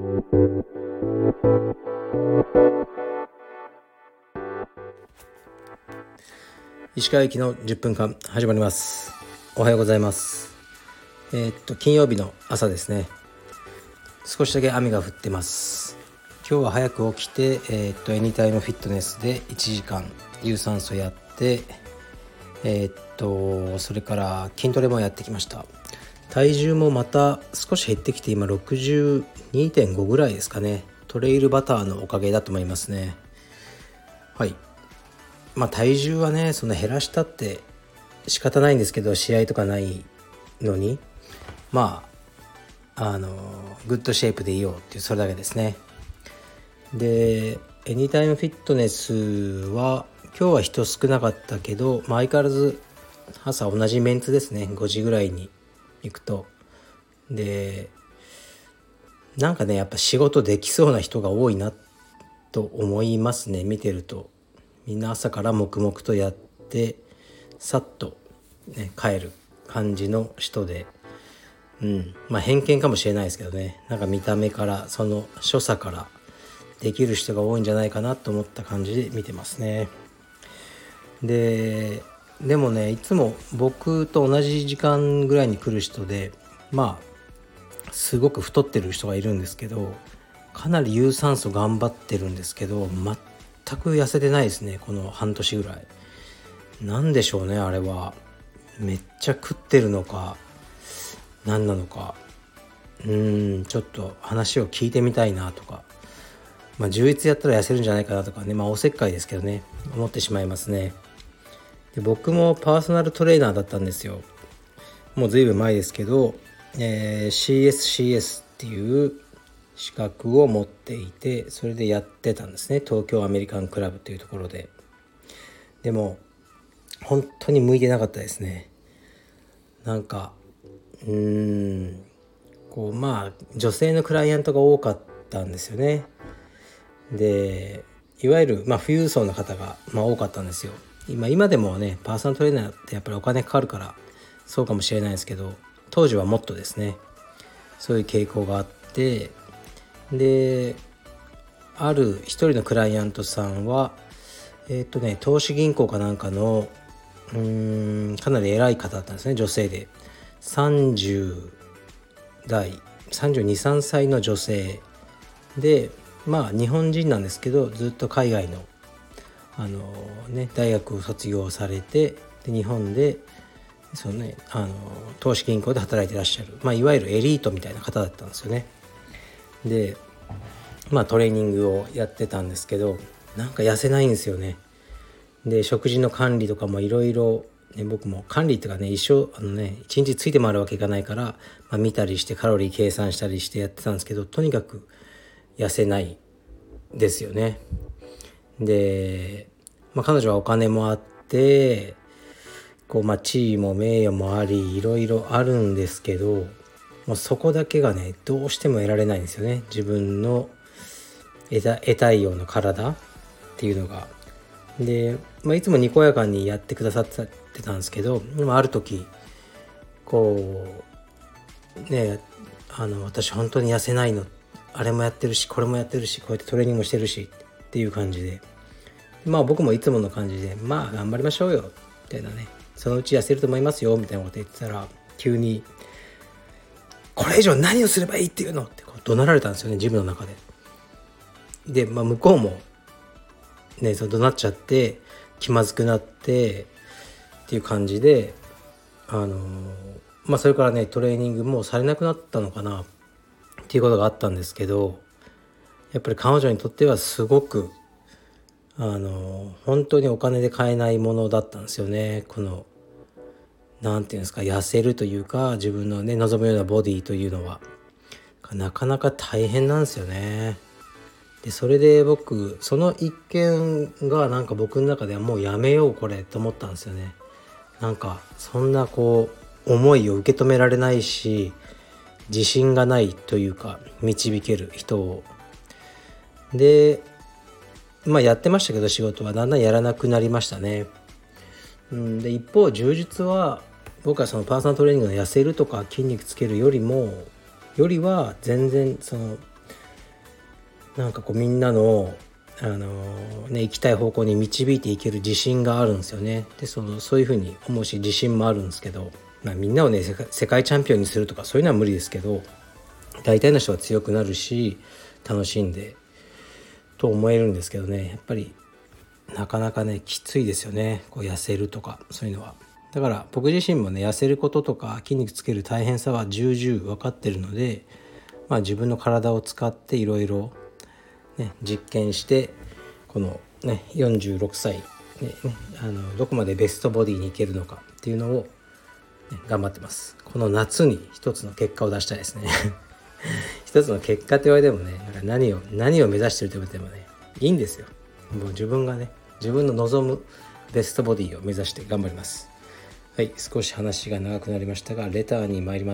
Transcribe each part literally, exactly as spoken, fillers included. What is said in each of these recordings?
石川行きのじゅっぷんかん始まります。おはようございます。えー、っと金曜日の朝ですね。少しだけ雨が降ってます。今日は早く起きて、えー、っとエニタイムフィットネスでいちじかん有酸素やって、えー、っとそれから筋トレもやってきました。体重もまた少し減ってきて、今 ろくじゅうにてんご ぐらいですかね。トレイルバターのおかげだと思いますね。はい。まあ体重はね、そんな減らしたって仕方ないんですけど、試合とかないのに、まああのグッドシェイプでいようっていう、それだけですね。でエニタイムフィットネスは今日は人少なかったけど、まあ、相変わらず朝同じメンツですね。ごじぐらいに行くと、でなんかね、やっぱ仕事できそうな人が多いなと思いますね。見てるとみんな朝から黙々とやってさっと、ね、帰る感じの人で、うんまあ偏見かもしれないですけどね、なんか見た目からその所作からできる人が多いんじゃないかなと思った感じで見てますね。ででもね、いつも僕と同じ時間ぐらいに来る人で、まあすごく太ってる人がいるんですけど、かなり有酸素頑張ってるんですけど、全く痩せてないですね。この半年ぐらい。なんでしょうね、あれは。めっちゃ食ってるのか何なのか、うーんちょっと話を聞いてみたいなとか、まあ充実やったら痩せるんじゃないかなとかね、まあおせっかいですけどね、思ってしまいますね。で僕もパーソナルトレーナーだったんですよ。もうずいぶん前ですけど、えー、シーエスシーエス っていう資格を持っていて、それでやってたんですね。東京アメリカンクラブというところで。でも本当に向いてなかったですね。なんかうーんこうまあ女性のクライアントが多かったんですよね。でいわゆる、まあ、富裕層の方が、まあ、多かったんですよ。今今でもね、パーソナルトレーナーってやっぱりお金かかるからそうかもしれないですけど、当時はもっとですね、そういう傾向があって、である一人のクライアントさんはえっとね投資銀行かなんかのうーんかなり偉い方だったんですね。女性でさんじゅう代さんじゅうに、さんさいの女性で、まあ日本人なんですけど、ずっと海外のあのね大学を卒業されて、で日本でそのねあの投資銀行で働いてらっしゃる、まあいわゆるエリートみたいな方だったんですよね。でまあトレーニングをやってたんですけど、なんか痩せないんですよね。で食事の管理とかもいろいろ僕も管理っていうかね、一生あのね一日ついて回るわけいかないから、まあ、見たりしてカロリー計算したりしてやってたんですけど、とにかく痩せないですよね。で、まあ、彼女はお金もあってこう、まあ、地位も名誉もあり、いろいろあるんですけど、もうそこだけがねどうしても得られないんですよね。自分の得た、得たいような体っていうのが。で、まあ、いつもにこやかにやってくださってたんですけど、ある時こうね、あの私本当に痩せないの、あれもやってるしこれもやってるしこうやってトレーニングもしてるしっていう感じで、まあ僕もいつもの感じで、まあ頑張りましょうよみたいなね、そのうち痩せると思いますよみたいなこと言ってたら、急にこれ以上何をすればいいっていうのってこう怒鳴られたんですよね、ジムの中で。で、まあ、向こうもね、その怒鳴っちゃって気まずくなってっていう感じで、あのー、まあそれからねトレーニングもされなくなったのかなっていうことがあったんですけど、やっぱり彼女にとってはすごくあのー、本当にお金で買えないものだったんですよね。このなんていうんですか、痩せるというか自分のね望むようなボディというのはなかなか大変なんですよね。でそれで僕その一件がなんか僕の中ではもうやめようこれと思ったんですよね。なんかそんなこう思いを受け止められないし、自信がないというか導ける人を。でまあやってましたけど、仕事はだんだんやらなくなりましたね。うん、で一方充実は、僕はそのパーソナルトレーニングの痩せるとか筋肉つけるよりもよりは全然そのなんかこうみんなのあのね行きたい方向に導いていける自信があるんですよね。でそのそういうふうに思うし自信もあるんですけど、まあ、みんなをね世界、世界チャンピオンにするとかそういうのは無理ですけど、大体の人は強くなるし楽しんでと思えるんですけどね、やっぱりなかなかねきついですよね、こう痩せるとかそういうのは。だから僕自身もね痩せることとか筋肉つける大変さは重々分かってるので、まあ、自分の体を使っていろいろ実験してこの、ね、よんじゅうろくさい、ねね、あのどこまでベストボディにいけるのかっていうのを、ね、頑張ってます。この夏に一つの結果を出したいですね一つの結果って言われてもね、なんか何を何を目指してると言われてもねいいんですよ。もう自分がね自分の望むベストボディを目指して頑張ります。はい、少し話が長くなりましたがレターに参ります。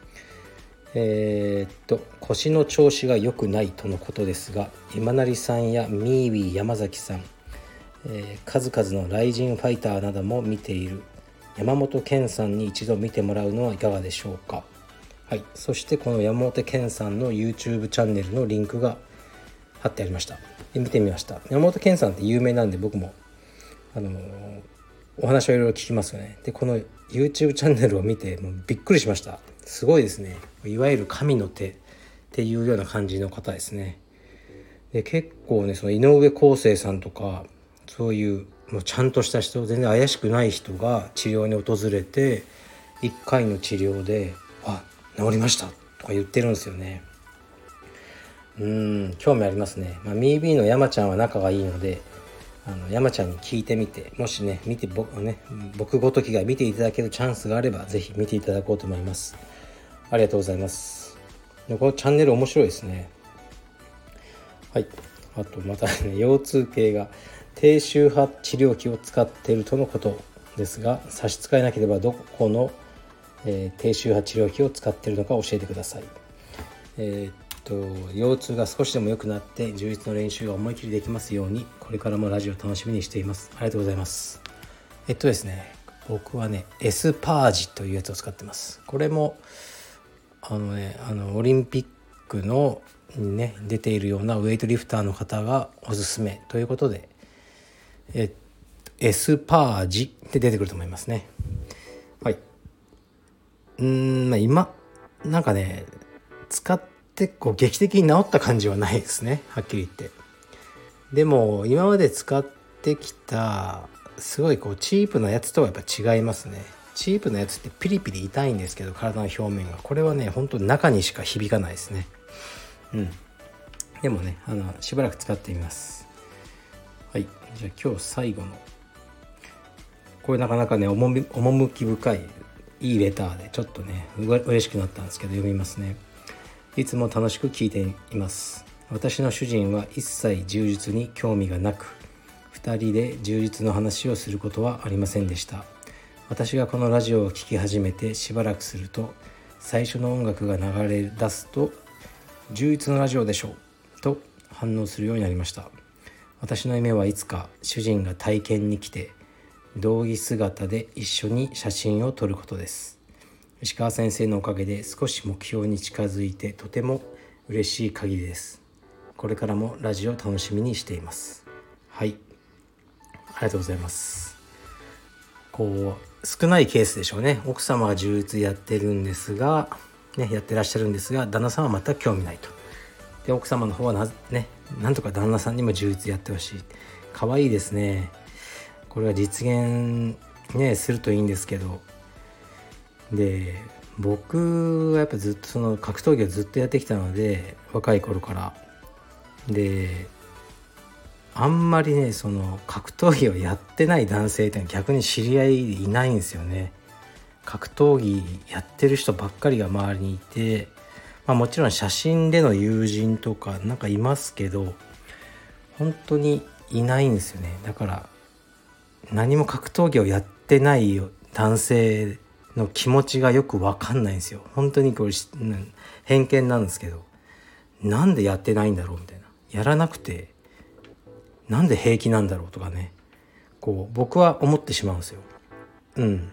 えー、っと腰の調子が良くないとのことですが、今成さんやミーウィー山崎さん、えー、数々のライジンファイターなども見ている山本健さんに一度見てもらうのはいかがでしょうか。はい、そしてこの山本健さんの YouTube チャンネルのリンクが貼ってありました。で見てみました。山本健さんって有名なんで僕もあのー、お話をいろいろ聞きますよね。でこの YouTube チャンネルを見てもうびっくりしました。すごいですね。いわゆる神の手っていうような感じの方ですね。で結構ねその井上康生さんとかそういうもうちゃんとした人、全然怪しくない人が治療に訪れていっかいの治療であ治りましたとか言ってるんですよね。うーん興味ありますね。まあ、ミービー の山ちゃんは仲がいいのであの山ちゃんに聞いてみて、もしね見て僕ね僕ごときが見ていただけるチャンスがあればぜひ見ていただこうと思います。ありがとうございます。このチャンネル面白いですね。はい。あとまたね腰痛系が低周波治療器を使っているとのことですが、差し支えなければどこの、えー、低周波治療器を使っているのか教えてください。えー、っと腰痛が少しでも良くなって充実の練習が思い切りできますように、これからもラジオ楽しみにしています。ありがとうございます。えっとですね僕はねエスパージというやつを使ってます。これもあのねあのオリンピックのね出ているようなウェイトリフターの方がおすすめということで、えエスパージって出てくると思いますね。はい。うーんまあ今なんかね使ってこう劇的に治った感じはないですね、はっきり言って。でも今まで使ってきたすごいこうチープなやつとはやっぱ違いますね。チープなやつってピリピリ痛いんですけど、体の表面が、これはね本当中にしか響かないですね。うんでもねあのしばらく使ってみます。はい。じゃあ今日最後のこれなかなかね趣深いいいレターでちょっとねう嬉しくなったんですけど読みますね。いつも楽しく聞いています。私の主人は一切柔術に興味がなく、ふたりで柔術の話をすることはありませんでした。私がこのラジオを聴き始めてしばらくすると、最初の音楽が流れ出すと柔術のラジオでしょうと反応するようになりました。私の夢はいつか主人が体験に来て道着姿で一緒に写真を撮ることです。石川先生のおかげで少し目標に近づいてとても嬉しい限りです。これからもラジオ楽しみにしています。はい、ありがとうございます。こう少ないケースでしょうね。奥様は柔術やってるんですが、ね、やってらっしゃるんですが旦那さんは全く興味ないと。で奥様の方はな、ね、なんとか旦那さんにも柔術やってほしい。可愛いですね。これは実現、ね、するといいんですけど、で僕はやっぱずっとその格闘技をずっとやってきたので、若い頃からであんまりねその格闘技をやってない男性って逆に知り合いいないんですよね。格闘技やってる人ばっかりが周りにいて、まあ、もちろん写真での友人とかなんかいますけど本当にいないんですよね。だから何も格闘技をやってない男性の気持ちがよく分かんないんですよ。本当にこれ偏見なんですけど、なんでやってないんだろうみたいな、やらなくてなんで平気なんだろうとかね、こう僕は思ってしまうんですよ。うん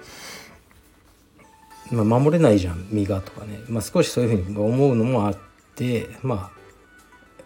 まあ、守れないじゃん身がとかね、まあ、少しそういうふうに思うのもあって、まあ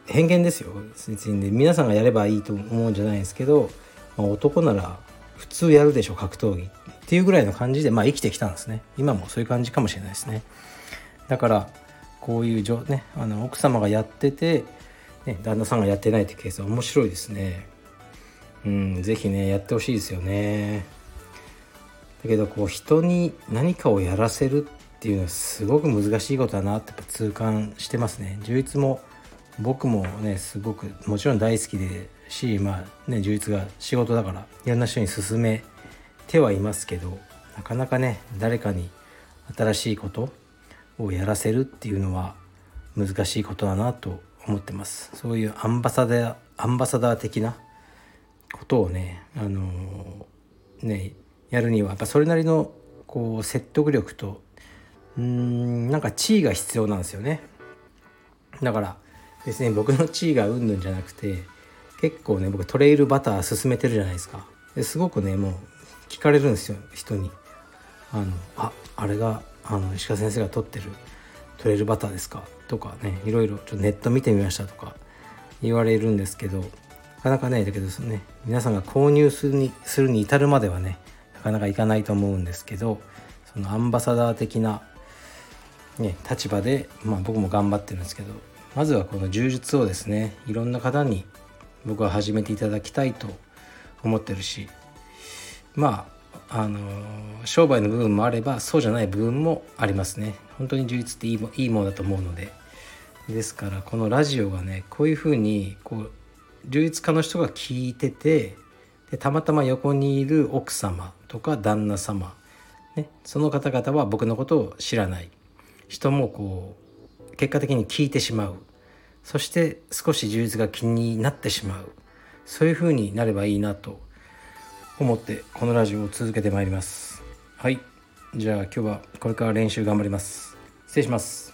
偏見ですよ別に、ね、皆さんがやればいいと思うんじゃないですけど、まあ、男なら普通やるでしょ格闘技っていうぐらいの感じで、まあ、生きてきたんですね。今もそういう感じかもしれないですね。だからこういう、ね、あの奥様がやってて、ね、旦那さんがやってないってケースは面白いですね。うん、ぜひねやってほしいですよね。だけどこう人に何かをやらせるっていうのはすごく難しいことだなってやっぱ痛感してますね。充実も僕もねすごくもちろん大好きでし、まあね充実が仕事だからいろんな人に勧めてはいますけど、なかなかね誰かに新しいことをやらせるっていうのは難しいことだなと思ってます。そういうアンバサダーアンバサダー的なことをねあのー、ねやるにはやっぱそれなりのこう説得力とうーんなんか地位が必要なんですよね。だから別に僕の地位がうんぬんじゃなくて、結構ね僕トレイルバター進めてるじゃないですか。ですごくねもう聞かれるんですよ人に。あのああれがあの石川先生が撮ってるトレイルバターですかとかね、いろいろちょっとネット見てみましたとか言われるんですけど、なかなかねだけどですね皆さんが購入するにするに至るまではねなかなかいかないと思うんですけど、そのアンバサダー的な、ね、立場で、まあ、僕も頑張ってるんですけど、まずはこの柔術をですねいろんな方に僕は始めていただきたいと思ってるし、まああの商売の部分もあればそうじゃない部分もありますね。本当に充実っていいも、いいものだと思うので、ですからこのラジオがねこういうふうにこう充実家の人が聞いてて、でたまたま横にいる奥様とか旦那様、ね、その方々は僕のことを知らない人もこう結果的に聞いてしまう、そして少し充実が気になってしまう、そういうふうになればいいなと思ってこのラジオを続けてまいります。はい、じゃあ今日はこれから練習頑張ります。失礼します。